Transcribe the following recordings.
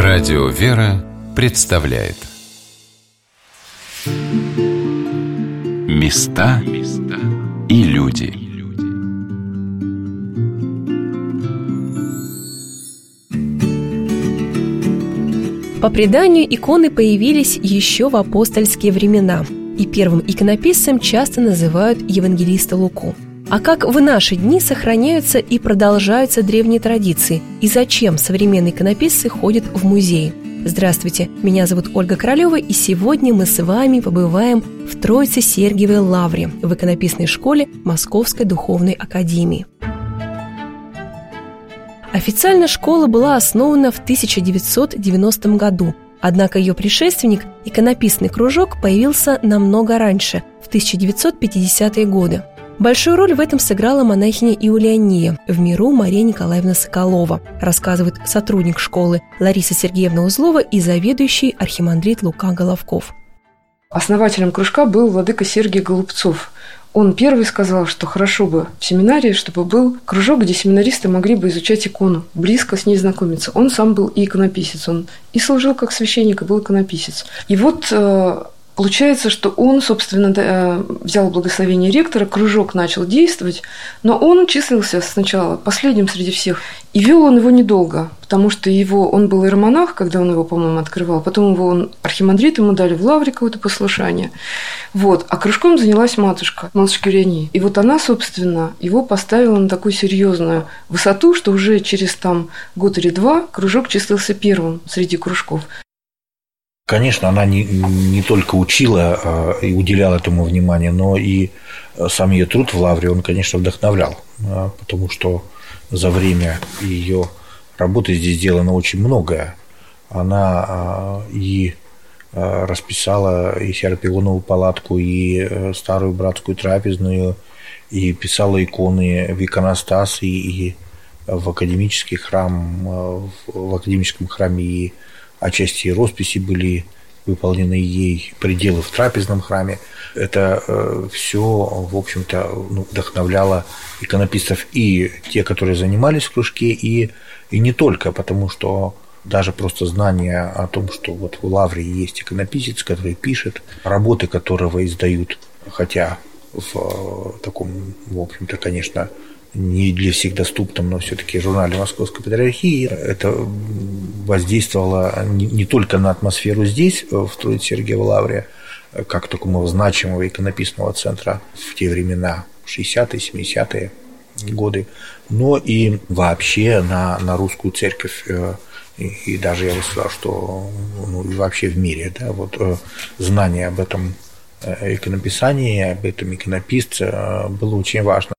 Радио «Вера» представляет Места и люди. По преданию, иконы появились еще в апостольские времена, и первым иконописцем часто называют евангелиста Луку. А как в наши дни сохраняются и продолжаются древние традиции, и зачем современные иконописцы ходят в музей? Здравствуйте, меня зовут Ольга Королева, и сегодня мы с вами побываем в Троице-Сергиевой лавре в иконописной школе Московской духовной академии. Официально школа была основана в 1990 году, однако ее предшественник, иконописный кружок, появился намного раньше, в 1950-е годы. Большую роль в этом сыграла монахиня Иулиания, в миру Мария Николаевна Соколова, рассказывает сотрудник школы Лариса Сергеевна Узлова и заведующий архимандрит Лука Головков. Основателем кружка был владыка Сергий Голубцов. Он первый сказал, что хорошо бы в семинарии, чтобы был кружок, где семинаристы могли бы изучать икону, близко с ней знакомиться. Он сам был и иконописец, он и служил как священник, и был иконописец. И вот получается, что он, собственно, взял благословение ректора, кружок начал действовать, но он числился сначала последним среди всех, и вел он его недолго, потому что он был иеромонах, когда он его, по-моему, открывал, потом архимандрит ему дали в лавре какое-то послушание, а кружком занялась матушка Иулиания. И вот она, собственно, его поставила на такую серьезную высоту, что уже через год или два кружок числился первым среди кружков. Конечно, она не только учила и уделяла этому внимание, но и сам ее труд в лавре, он, конечно, вдохновлял, потому что за время ее работы здесь сделано очень многое. Она и расписала и Серапионову палатку, и старую братскую трапезную, и писала иконы в иконостас, и в академический храм, в академическом храме и отчасти росписи были выполнены ей, пределы в трапезном храме. Это все, в общем-то, вдохновляло иконописцев, и те, которые занимались в кружке, и не только, потому что даже просто знание о том, что в лавре есть иконописец, который пишет, работы которого издают, хотя в таком, в общем-то, конечно, не для всех доступном, но все-таки журнале Московской Патриархии, это воздействовало не только на атмосферу здесь, в Троице-Сергиевой лавре, как такого значимого иконописного центра в те времена, 60-е, 70-е годы, но и вообще на русскую церковь, и даже я бы сказал, что и вообще в мире, знание об этом иконописании, об этом иконописце было очень важно.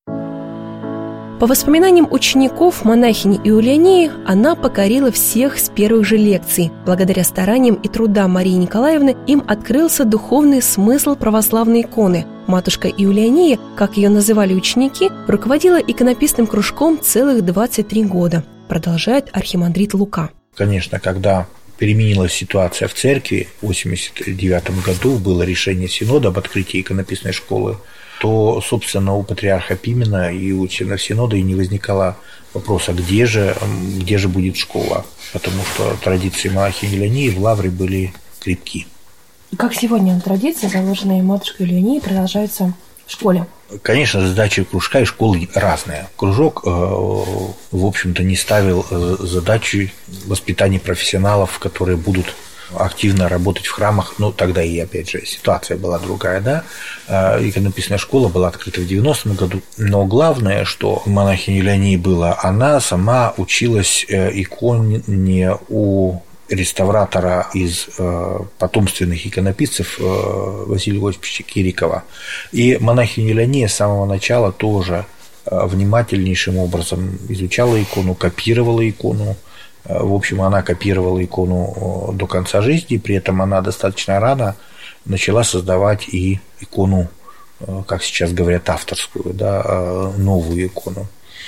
По воспоминаниям учеников монахини Иулиании, она покорила всех с первых же лекций. Благодаря стараниям и трудам Марии Николаевны им открылся духовный смысл православной иконы. Матушка Иулиания, как ее называли ученики, руководила иконописным кружком целых 23 года, продолжает архимандрит Лука. Конечно, когда переменилась ситуация в церкви, в 1989 году было решение Синода об открытии иконописной школы, то, собственно, у патриарха Пимена и у членов Синода и не возникало вопроса, где же будет школа, потому что традиции монахини Иулиании в лавре были крепки. И как сегодня традиции, заложенные матушкой Иулианией, продолжаются в школе? Конечно, задачи кружка и школы разные. Кружок, в общем-то, не ставил задачи воспитания профессионалов, которые будут активно работать в храмах, тогда и, опять же, ситуация была другая, иконописная школа была открыта в 90-м году, но главное, что монахиня Иулиании была, она сама училась иконе у реставратора из потомственных иконописцев Василия Осиповича Кирикова, и монахиня Иулиания с самого начала тоже внимательнейшим образом изучала икону, копировала икону. В общем, она копировала икону до конца жизни, при этом она достаточно рано начала создавать и икону, как сейчас говорят, авторскую, новую икону.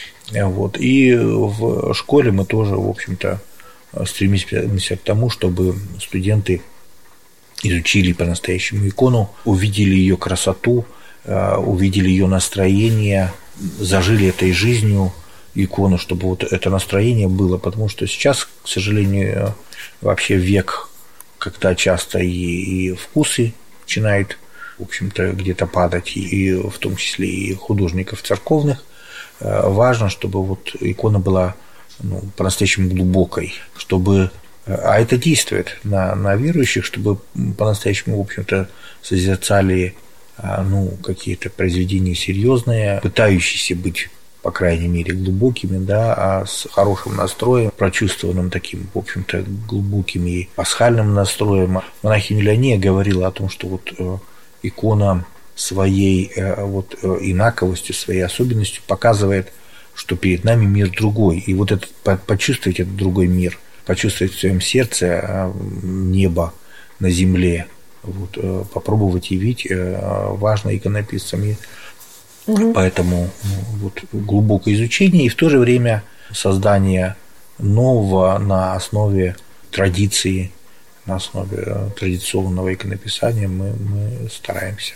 И в школе мы тоже, в общем-то, стремимся к тому, чтобы студенты изучили по-настоящему икону, увидели ее красоту, увидели ее настроение, зажили этой жизнью, икону, чтобы вот это настроение было, потому что сейчас, к сожалению, вообще век, когда часто и вкусы начинают, в общем-то, где-то падать, и в том числе и художников церковных, важно, чтобы вот икона была по-настоящему глубокой, чтобы, а это действует на верующих, чтобы по-настоящему, в общем-то, созерцали какие-то произведения серьезные, пытающиеся быть, по крайней мере, глубокими, да, а с хорошим настроем, прочувствованным таким, в общем-то, глубоким и пасхальным настроем. Монахиня Иония говорила о том, что вот икона своей инаковостью, своей особенностью показывает, что перед нами мир другой. И вот почувствовать этот другой мир, почувствовать в своем сердце небо на земле, попробовать явить важно иконописцам. Поэтому глубокое изучение и в то же время создание нового на основе традиции, на основе традиционного иконописания мы стараемся.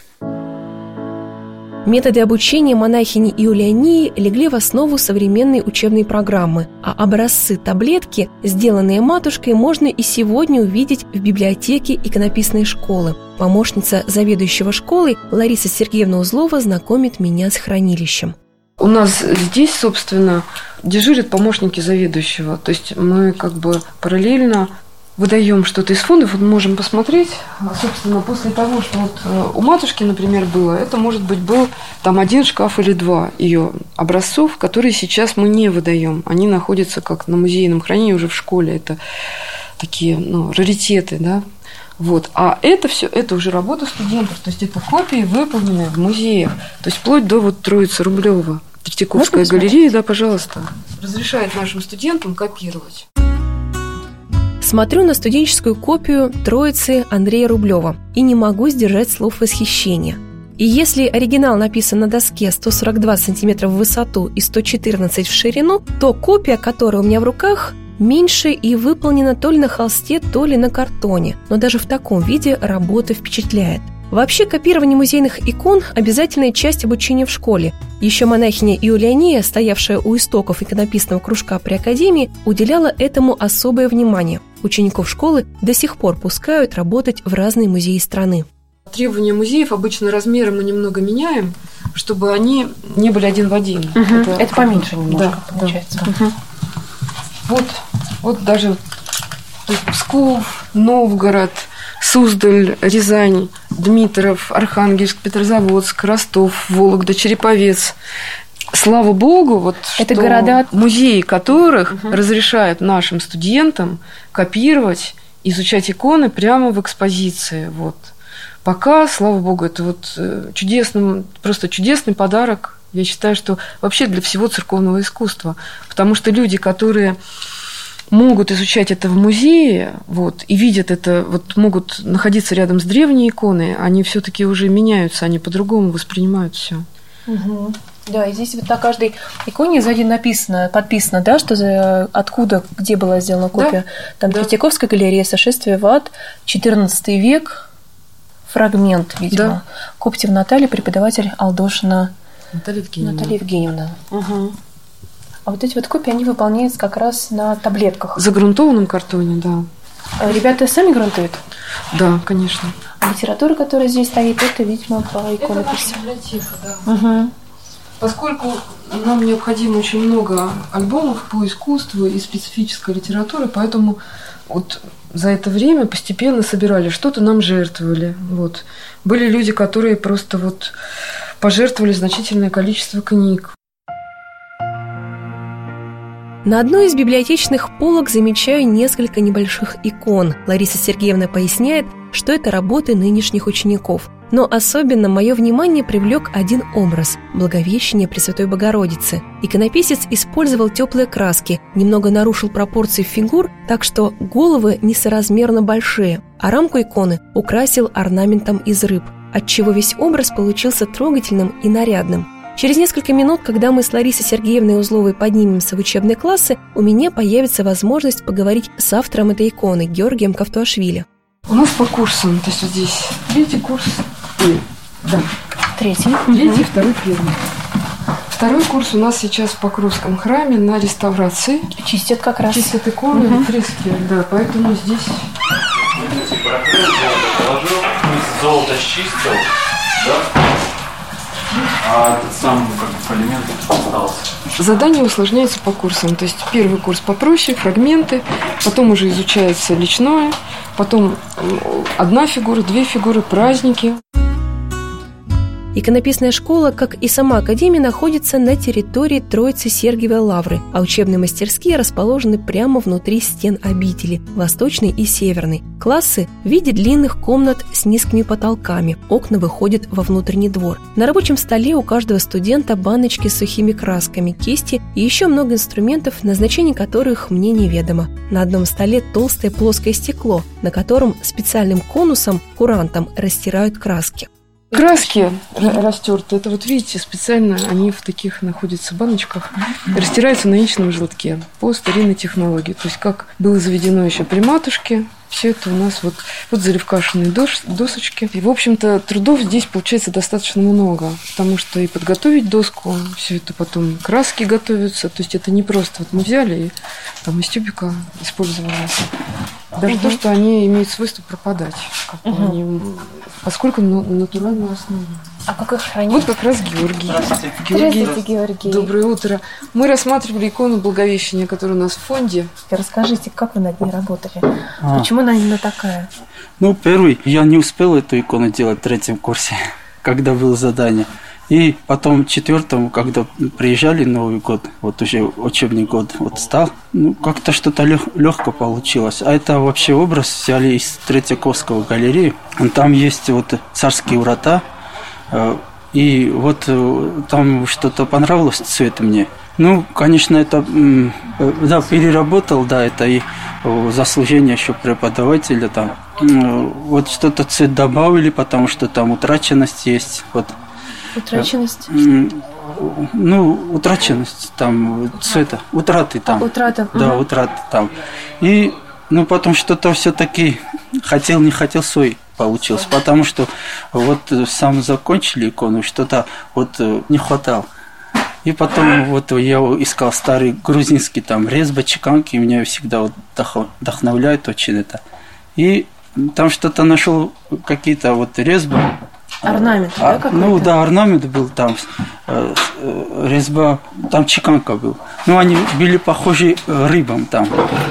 Методы обучения монахини Иулиании легли в основу современной учебной программы, а образцы-таблетки, сделанные матушкой, можно и сегодня увидеть в библиотеке иконописной школы. Помощница заведующего школой Лариса Сергеевна Узлова знакомит меня с хранилищем. У нас здесь, собственно, дежурят помощники заведующего, то есть мы параллельно выдаем что-то из фондов, можем посмотреть, собственно, после того, что у матушки, например, было, это, может быть, был там 1 шкаф или 2 ее образцов, которые сейчас мы не выдаем. Они находятся как на музейном хранении уже в школе. Это такие, раритеты, да. А это все, это уже работа студентов, то есть это копии, выполненные в музеях, то есть вплоть до Троицы Рублева. Третьяковская галерея, да, пожалуйста, разрешает нашим студентам копировать. Смотрю на студенческую копию Троицы Андрея Рублева и не могу сдержать слов восхищения. И если оригинал написан на доске 142 см в высоту и 114 в ширину, то копия, которая у меня в руках, меньше и выполнена то ли на холсте, то ли на картоне. Но даже в таком виде работа впечатляет. Вообще, копирование музейных икон – обязательная часть обучения в школе. Еще монахиня Иулиания, стоявшая у истоков иконописного кружка при академии, уделяла этому особое внимание. Учеников школы до сих пор пускают работать в разные музеи страны. Требования музеев обычно размеры мы немного меняем, чтобы они не были один в один. Это поменьше немножко получается. Да. Вот даже Псков, Новгород, Суздаль, Рязань, Дмитров, Архангельск, Петрозаводск, Ростов, Вологда, Череповец. Слава Богу, это что города, музеи которых разрешают нашим студентам копировать, изучать иконы прямо в экспозиции. Пока, слава Богу, это просто чудесный подарок, я считаю, что вообще для всего церковного искусства. Потому что люди, которые могут изучать это в музее, и видят это, могут находиться рядом с древней иконой, они все-таки уже меняются, они по-другому воспринимают все. Да, и здесь на каждой иконе сзади подписано, да, что откуда, где была сделана копия. Там Третьяковская галерея, сошествие в ад, 14 век, фрагмент, видимо. Да. Коптев Наталья, преподаватель Алдошина Наталья Евгеньевна. А эти копии, они выполняются как раз на таблетках. В загрунтованном картоне, да. А ребята сами грунтуют? Да, конечно. А литература, которая здесь стоит, это, видимо, по иконописи. Это наша библиотека, да. Поскольку нам необходимо очень много альбомов по искусству и специфической литературы, поэтому за это время постепенно собирали, что-то нам жертвовали. Были люди, которые просто пожертвовали значительное количество книг. На одной из библиотечных полок замечаю несколько небольших икон. Лариса Сергеевна поясняет, что это работы нынешних учеников. Но особенно мое внимание привлек один образ – Благовещение Пресвятой Богородицы. Иконописец использовал теплые краски, немного нарушил пропорции фигур, так что головы несоразмерно большие, а рамку иконы украсил орнаментом из рыб, отчего весь образ получился трогательным и нарядным. Через несколько минут, когда мы с Ларисой Сергеевной Узловой поднимемся в учебные классы, у меня появится возможность поговорить с автором этой иконы Георгием Кавтуашвили. У нас по курсам, то есть здесь третий курс, Третий, второй, первый. Второй курс у нас сейчас в Покровском храме на реставрации. Чистят как раз. Чистят иконы, фрески, да, поэтому здесь... Положил, золото счистил, да? А этот сам элемент остался. Задание усложняется по курсам. То есть первый курс попроще, фрагменты, потом уже изучается личное, потом 1 фигура, 2 фигуры, праздники. Иконописная школа, как и сама академия, находится на территории Троицы-Сергиевой лавры, а учебные мастерские расположены прямо внутри стен обители, восточной и северной. Классы в виде длинных комнат с низкими потолками, окна выходят во внутренний двор. На рабочем столе у каждого студента баночки с сухими красками, кисти и еще много инструментов, назначение которых мне неведомо. На одном столе толстое плоское стекло, на котором специальным конусом, курантом растирают краски. Краски растерты, это вот видите, специально они в таких находятся баночках, растираются на яичном желтке по старинной технологии. То есть как было заведено еще при матушке, все это у нас вот заревкашенные досочки. И, в общем-то, трудов здесь получается достаточно много, потому что и подготовить доску, все это потом краски готовятся. То есть это не просто вот мы взяли и там из тюбика использовали. Даже то, что они имеют свойство пропадать, поскольку на натуральной основе. А как их хранить? Вот как раз Георгий. Здравствуйте, Георгий. Доброе утро. Мы рассматривали икону Благовещения, которая у нас в фонде. Расскажите, как вы над ней работали? Почему она именно такая? Первый, я не успел эту икону делать в 3-м курсе, когда было задание. И потом в 4-м, когда приезжали Новый год, вот уже учебный год стал, как-то что-то легко получилось. А это вообще образ взяли из Третьяковского галереи. Там есть вот царские врата, и вот там что-то понравилось цвет мне. Конечно, это, да, переработал, да, это и заслужение еще преподавателя там. Вот что-то цвет добавили, потому что там утраченность есть, вот. Утраченность? Утраченность там цвета, утраты там. Утрата. Да, утраты там. И, потом что-то все-таки не хотел свой получилось, потому что вот сам закончили икону, что-то вот не хватало. И потом вот я искал старый грузинский там резьба, чеканки, меня всегда вот вдохновляет очень это. И там что-то нашел, какие-то вот резьбы. Орнамент, да, какой-то? Да, орнамент был там, резьба, там чеканка был. Они были похожи рыбам там.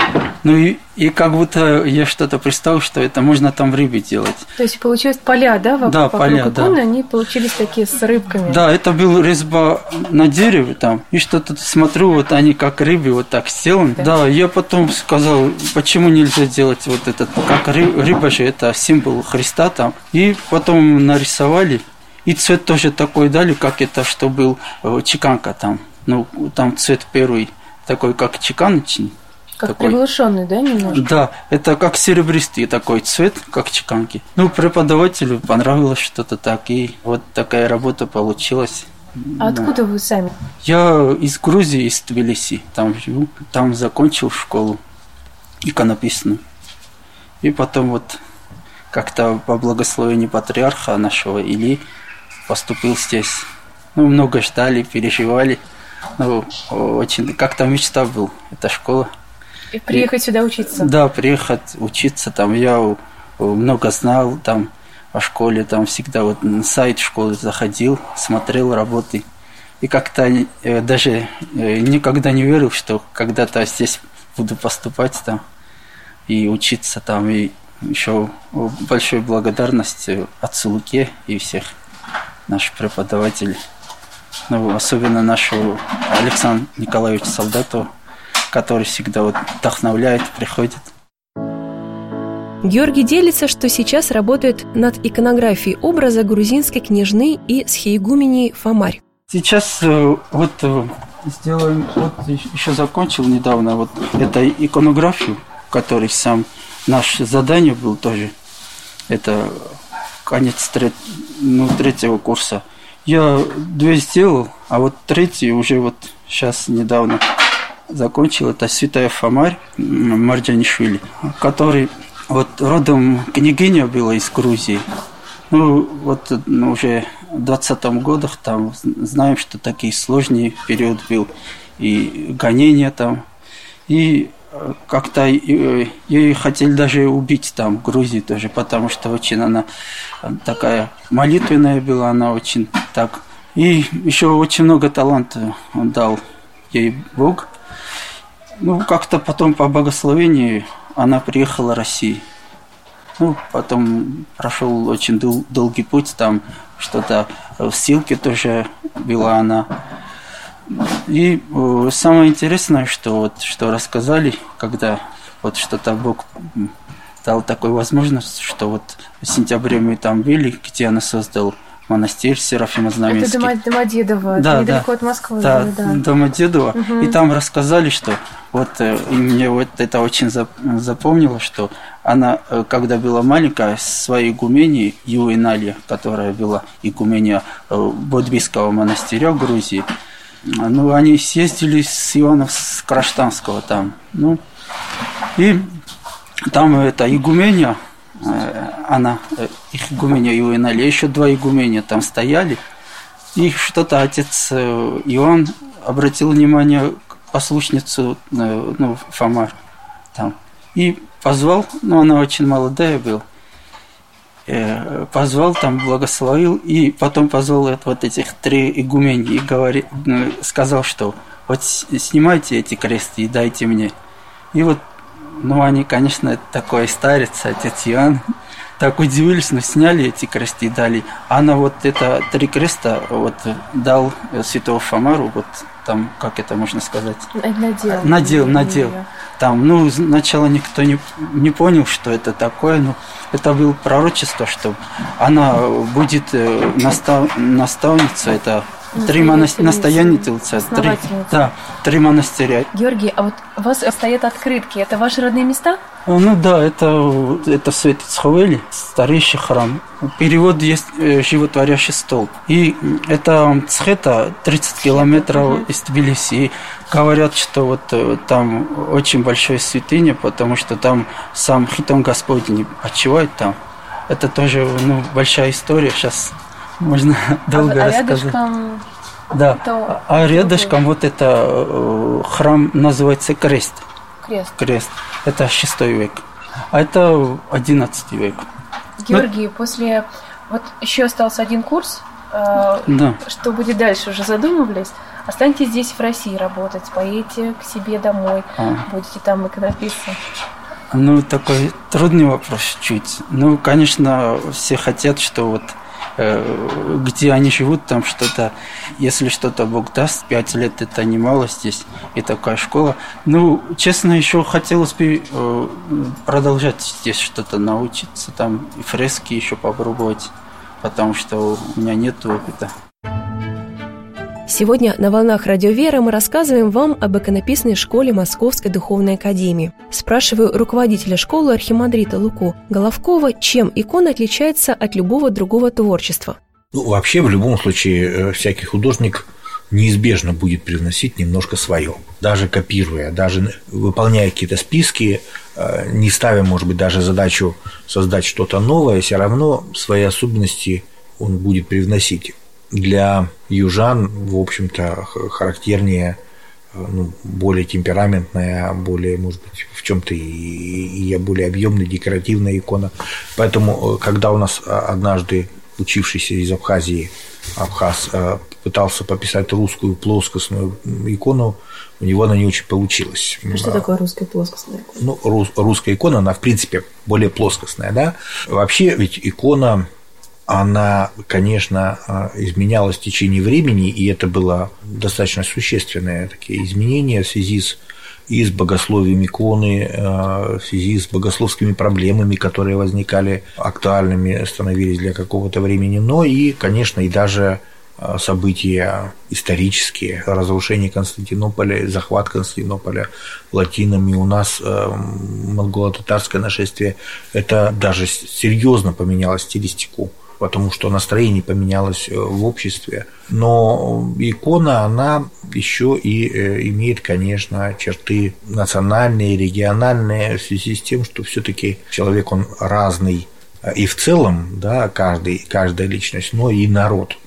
И как будто я что-то представил, что это можно там рыбы делать. То есть получилось поля, да? Да, поля, иконы, да. Они получились такие с рыбками. Да, это был резьба на дереве там. И что-то смотрю, вот они как рыбы вот так сделаны. Да, я потом сказал, почему нельзя делать вот этот, как рыба же, это символ Христа там. И потом нарисовали. И цвет тоже такой дали, как это, что был чеканка там. Там цвет первый такой, как чеканочный. Как такой. Приглушенный, да, немножко? Да, это как серебристый такой цвет, как чеканки. Преподавателю понравилось что-то так, и вот такая работа получилась. А откуда вы сами? Я из Грузии, из Тбилиси, там живу, там закончил школу иконописную. И потом вот как-то по благословению патриарха нашего Ильи поступил здесь. Много ждали, переживали. Очень как-то мечта была эта школа. И приехать сюда учиться? Да, приехать учиться. Там я много знал там о школе, там всегда вот на сайт школы заходил, смотрел работы. И как-то даже никогда не верил, что когда-то здесь буду поступать там и учиться там. И еще большую благодарность отцу Луке и всех наших преподавателей. Особенно нашего Александра Николаевича Солдатова, который всегда вот вдохновляет, приходит. Георгий делится, что сейчас работает над иконографией образа грузинской княжны и схиегуменьи Фомарь. Сейчас вот сделаем, вот еще закончил недавно вот эту иконографию, который сам наше задание был тоже. Это конец 3-го курса. Я 2 сделал, а вот 3-й уже вот сейчас недавно закончил. Это Святая Фомарь Марджанишвили, который вот родом княгиня была из Грузии. Уже 20-х годах там знаем, что такие сложный период был, и гонения там, и как-то ее хотели даже убить там в Грузии тоже, потому что очень она такая молитвенная была, она очень так. И еще очень много таланта он дал ей Бог. Ну, как-то потом по благословению она приехала в Россию. Ну, потом прошел очень долгий путь, там что-то в ссылке тоже была она. И самое интересное, что рассказали, когда вот что-то Бог дал такую возможность, что вот в сентябре мы там были, где она создала монастырь Серафима Знаменский. Это Домодедово, да, недалеко от Москвы. Да, Домодедово. Угу. И там рассказали, что вот, и мне вот это очень запомнило, что она, когда была маленькая, своей игуменией, Юиналья, которая была игумения Бодбийского монастыря в Грузии, ну, они съездили с Ивана Краштанского там, ну, и там эта игумения, она, их игумения Юиналья, еще 2 игумения там стояли, и что-то отец Иоанн обратил внимание к послушницу, ну, Фомар там, и позвал, ну, она очень молодая была, позвал, там благословил, и потом позвал вот этих 3 игумений и сказал, что вот снимайте эти кресты и дайте мне. И вот, ну, они, конечно, такой старец, отец Иоанн, так удивились, но сняли эти кресты и дали. Она вот это 3 креста вот дал святого Фомару, вот там, как это можно сказать? Надел. Там, ну, сначала никто не понял, что это такое, но это было пророчество, что она будет наставница, это 3 настоятельницы, 3 монастыря. Георгий, а вот у вас стоят открытки, это ваши родные места? Ну да, это Святый-Цховели, старейший храм. Перевод есть «Животворящий столб». И это Цхета 30 километров из Тбилиси. И говорят, что вот там очень большая святыня, потому что там сам Хитон Господень почивает там. Это тоже, ну, большая история, сейчас можно долго рассказать. Рядышком... Да, а рядышком вот это храм называется Крест. Крест. Это 6 век. А это 11 век. Георгий, после... Вот еще остался 1 курс. Да. Что будет дальше, уже задумывались? Останетесь здесь, в России, работать, поедете к себе домой, будете там иконописцем? Ну, такой трудный вопрос чуть. Ну, конечно, все хотят, что вот где они живут, там что-то, если что-то Бог даст, 5 лет это немало здесь, и такая школа. Ну, честно, еще хотелось бы продолжать здесь что-то научиться, там и фрески еще попробовать, потому что у меня нет опыта. Сегодня на «Волнах Радио Вера» мы рассказываем вам об иконописной школе Московской Духовной Академии. Спрашиваю руководителя школы архимандрита Луку Головкова, чем икона отличается от любого другого творчества. Ну, вообще, в любом случае, всякий художник неизбежно будет привносить немножко свое. Даже копируя, даже выполняя какие-то списки, не ставя, может быть, даже задачу создать что-то новое, все равно свои особенности он будет привносить. Для южан, в общем-то, характернее, ну, более темпераментная, более, может быть, в чем-то и более объемная, декоративная икона. Поэтому, когда у нас однажды учившийся из Абхазии абхаз пытался пописать русскую плоскостную икону, у него она не очень получилась. А что такое русская плоскостная икона? Ну, русская икона, она, в принципе, более плоскостная, да? Вообще, ведь икона... Она, конечно, изменялась в течение времени, и это было достаточно существенные такие изменения в связи с богословием иконы, в связи с богословскими проблемами, которые возникали актуальными, становились для какого-то времени, но и, конечно, и даже события исторические, разрушение Константинополя, захват Константинополя латинами, у нас монголо-татарское нашествие, это даже серьезно поменяло стилистику, потому что настроение поменялось в обществе. Но икона, она еще и имеет, конечно, черты национальные, региональные, в связи с тем, что все-таки человек, он разный и в целом, да, каждая личность, но и народ.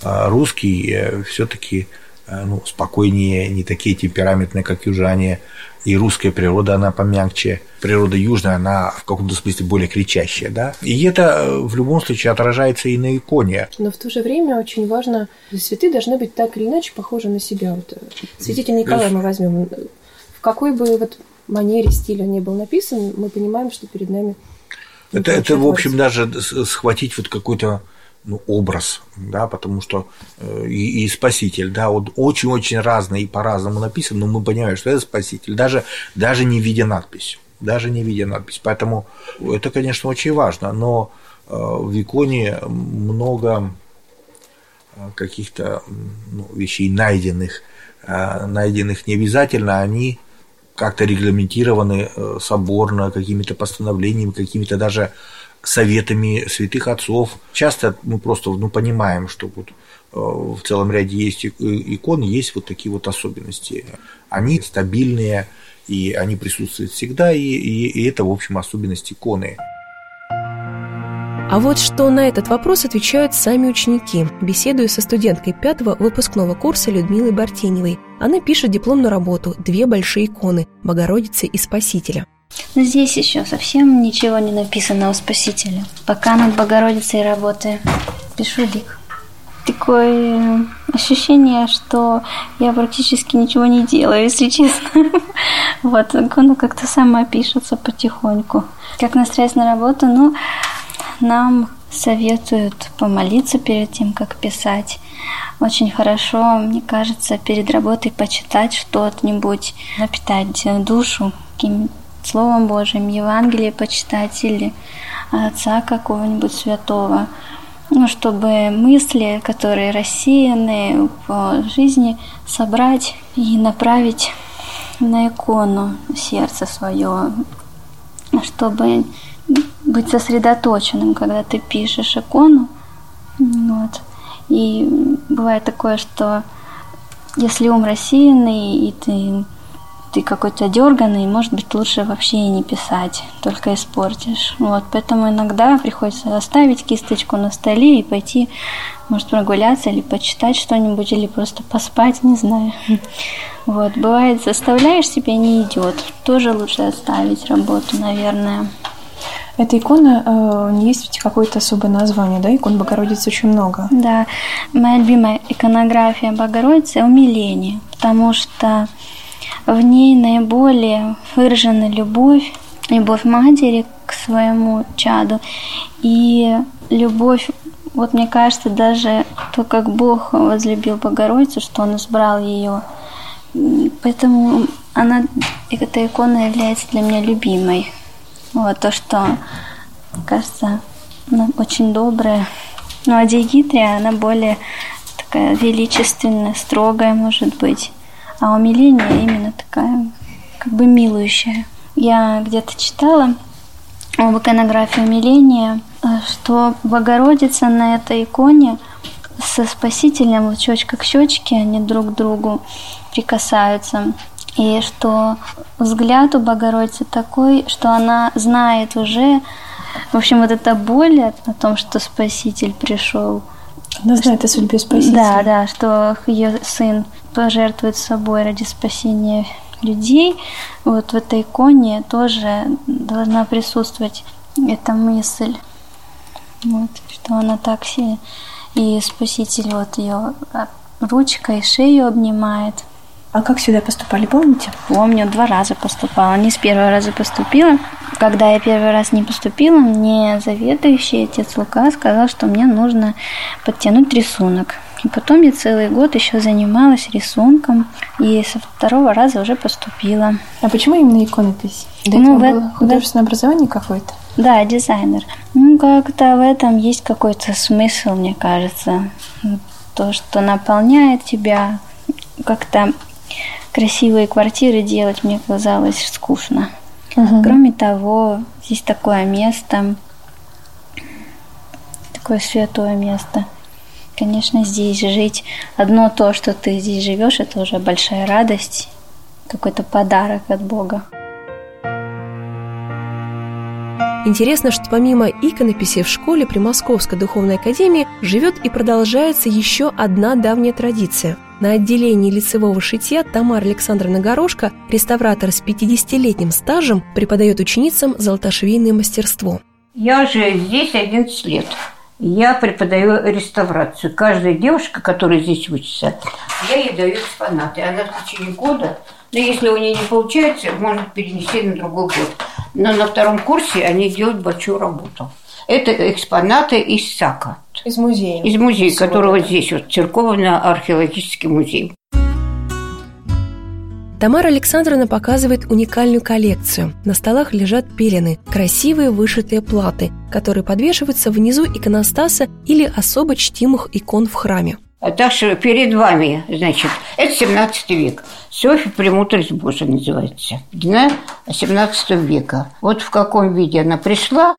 русский все-таки спокойнее, не такие темпераментные, как южане. И русская природа, она помягче. Природа южная, она в каком-то смысле более кричащая, да. И это в любом случае отражается и на иконе. Но в то же время очень важно, святые должны быть так или иначе похожи на себя. Вот святитель Николай мы возьмем. В какой бы манере, стиле он ни был написан, мы понимаем, что перед нами... Это в общем, даже схватить какой-то образ, да, потому что и Спаситель, да, он очень-очень разный и по-разному написан, но мы понимаем, что это Спаситель, даже не видя надписи. Поэтому это, конечно, очень важно, но в иконе много каких-то вещей найденных не обязательно, они как-то регламентированы соборно, какими-то постановлениями, какими-то даже советами святых отцов. Часто мы просто понимаем, что в целом ряде есть икон, есть такие особенности. Они стабильные, и они присутствуют всегда, и это, в общем, особенность иконы. А вот что на этот вопрос отвечают сами ученики. Беседую со студенткой 5-го выпускного курса Людмилой Бартеневой. Она пишет дипломную работу «Две большие иконы – Богородицы и Спасителя». Но здесь еще совсем ничего не написано о Спасителе. Пока над Богородицей работаю. Пишу лик. Такое ощущение, что я практически ничего не делаю, если честно. Икона как-то сама пишется потихоньку. Как настраиваюсь на работу, нам советуют помолиться перед тем, как писать. Очень хорошо, мне кажется, перед работой почитать что-нибудь, напитать душу каким-то Словом Божьим, Евангелие почитать или отца какого-нибудь святого, чтобы мысли, которые рассеяны по жизни, собрать и направить на икону сердце свое, чтобы быть сосредоточенным, когда ты пишешь икону. И бывает такое, что если ум рассеянный, и ты какой-то дерганый, может быть, лучше вообще и не писать, только испортишь. Поэтому иногда приходится оставить кисточку на столе и пойти, может, прогуляться или почитать что-нибудь, или просто поспать, не знаю. Бывает, заставляешь себя, не идет. Тоже лучше оставить работу, наверное. Эта икона, не есть ведь какое-то особое название, да? Икон Богородицы очень много. Да, моя любимая иконография Богородицы – умиление, потому что в ней наиболее выражена любовь матери к своему чаду. И любовь, мне кажется, даже то, как Бог возлюбил Богородицу, что Он избрал ее. Поэтому эта икона является для меня любимой. То, что, мне кажется, она очень добрая. А Дигитрия, она более такая величественная, строгая, может быть. А умиление именно такая, милующая. Я где-то читала об иконографии умиления, что Богородица на этой иконе со Спасителем щечка к щечке, они друг к другу прикасаются. И что взгляд у Богородицы такой, что она знает уже, в общем, эта боль о том, что Спаситель пришел. Она знает о судьбе Спасителя. Да, что ее сын пожертвует собой ради спасения людей. В этой иконе тоже должна присутствовать эта мысль, что она так сильно. И Спаситель ее ручкой шею обнимает. А как сюда поступали, помните? Помню, 2 раза поступала. Не с первого раза поступила. Когда я первый раз не поступила, мне заведующий отец Лука сказал, что мне нужно подтянуть рисунок. И потом я целый год еще занималась рисунком, и со 2-го раза уже поступила. А почему именно иконопись? До этого было художественное образование какое-то? Да, дизайнер. Как-то в этом есть какой-то смысл, мне кажется. То, что наполняет тебя. Как-то красивые квартиры делать мне казалось скучно. Кроме того, здесь такое место, такое святое место. Конечно, здесь жить, одно то, что ты здесь живешь, это уже большая радость, какой-то подарок от Бога. Интересно, что помимо иконописи в школе при Московской духовной академии живет и продолжается еще одна давняя традиция. На отделении лицевого шитья Тамара Александровна Горошко, реставратор с 50-летним стажем, преподает ученицам золотошвейное мастерство. Я уже здесь 11 лет. Я преподаю реставрацию. Каждая девушка, которая здесь учится, я ей даю экспонаты. Она в течение года, но если у нее не получается, может перенести на другой год. Но на втором курсе они делают большую работу. Это экспонаты из САКа. Из музея. Из музея, которого здесь, вот, церковно-археологический музей. Тамара Александровна показывает уникальную коллекцию. На столах лежат пелены, красивые вышитые платы, которые подвешиваются внизу иконостаса или особо чтимых икон в храме. Так что перед вами, значит, это 17 век. Софья Премудрость Божия называется. Дна 17 века. Вот в каком виде она пришла.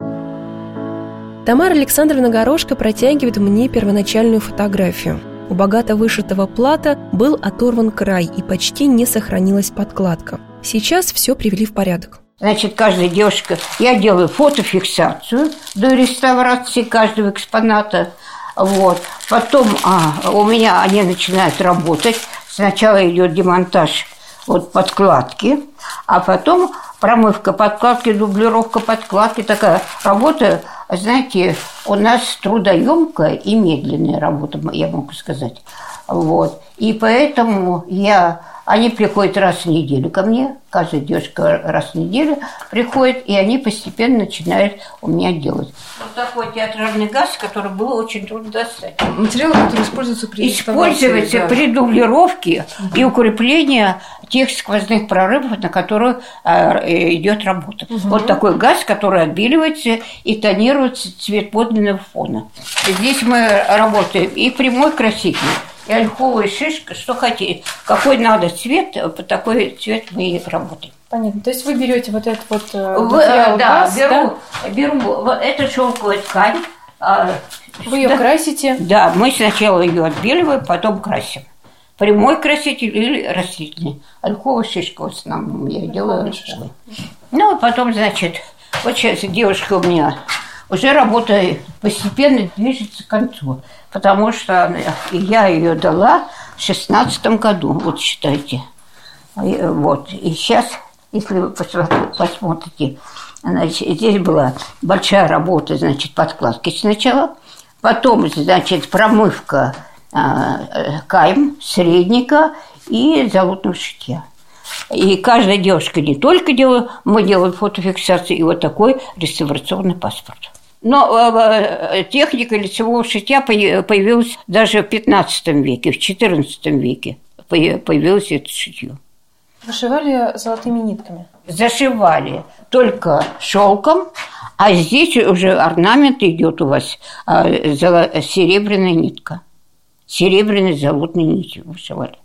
Тамара Александровна Горошко протягивает мне первоначальную фотографию. У богато вышитого плата был оторван край и почти не сохранилась подкладка. Сейчас все привели в порядок. Значит, каждая девушка... Я делаю фотофиксацию до реставрации каждого экспоната. Вот. Потом у меня они начинают работать. Сначала идет демонтаж вот подкладки, а потом промывка подкладки, дублировка подкладки. Такая работа, знаете, у нас трудоемкая и медленная работа, я могу сказать. Вот. И поэтому они приходят раз в неделю ко мне, каждая девушка раз в неделю приходит, и они постепенно начинают у меня делать. Вот такой театральный газ, который было очень трудно достать. Материалы, которые используются при Используются при дублировке и укреплении тех сквозных прорывов, на которых идет работа. Вот такой газ, который отбеливается и тонируется цвет подлинного фона. Здесь мы работаем и прямой краситель, и ольховая шишка, что хотите. Какой надо цвет, по такой цвет мы и работаем. Понятно. То есть вы берете вот этот вот материал, да, беру эту шелковую ткань. Вы ее красите? Да, мы сначала ее отбеливаем, потом красим. Прямой краситель или растительный. Ольховая шишка в основном я делаю ольховой. Ну, а потом, значит, вот сейчас девушка у меня уже работа постепенно движется к концу, потому что я ее дала в 16 году, вот считайте. Вот. И сейчас, если вы посмотрите, значит, здесь была большая работа, значит, подкладки сначала, потом, значит, промывка кайм, средника и золотного шитья. И каждая девушка не только делает, мы делаем фотофиксацию и вот такой реставрационный паспорт. Но техника лицевого шитья появилась даже в 15 веке, в 14 веке появилось это шитье. Вышивали золотыми нитками? Зашивали только шелком, а здесь уже орнамент идет у вас серебряная нитка. Серебряной золотной нитью вышивали.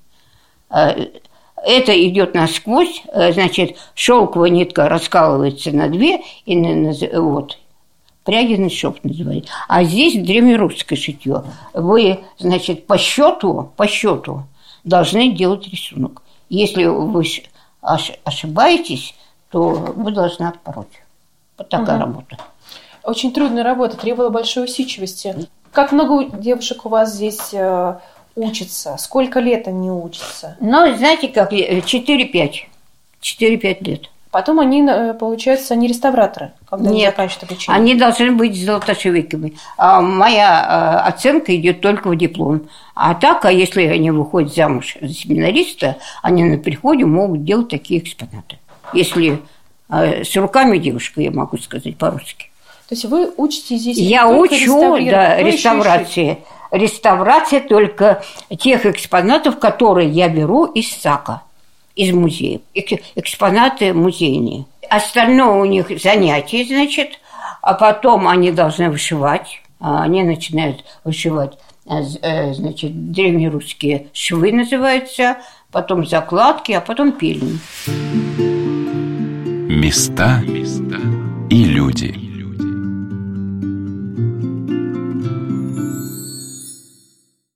Это идет насквозь, значит, шелковая нитка раскалывается на две, и вот, прядиный шелк называют. А здесь древнерусское шитье. Вы, значит, по счету должны делать рисунок. Если вы ошибаетесь, то вы должны отпороть. Вот такая работа. Очень трудная работа, требовала большой усидчивости. Как много девушек у вас здесь учатся? Сколько лет они учатся? Ну, знаете как, 4-5 лет. Потом они, получается, они реставраторы, когда они заканчивают обучение? Они должны быть золотошвейками. А моя оценка идет только в диплом. А так, если они выходят замуж за семинариста, они на приходе могут делать такие экспонаты. Если с руками девушка, я могу сказать по-русски. То есть вы учите здесь? Я учу, да, реставрации. Реставрация только тех экспонатов, которые я беру из САКа, из музея. Экспонаты музейные. Остальное у них занятия, значит, а потом они должны вышивать. Они начинают вышивать, значит, древнерусские швы называются, потом закладки, а потом пельни. Места и люди.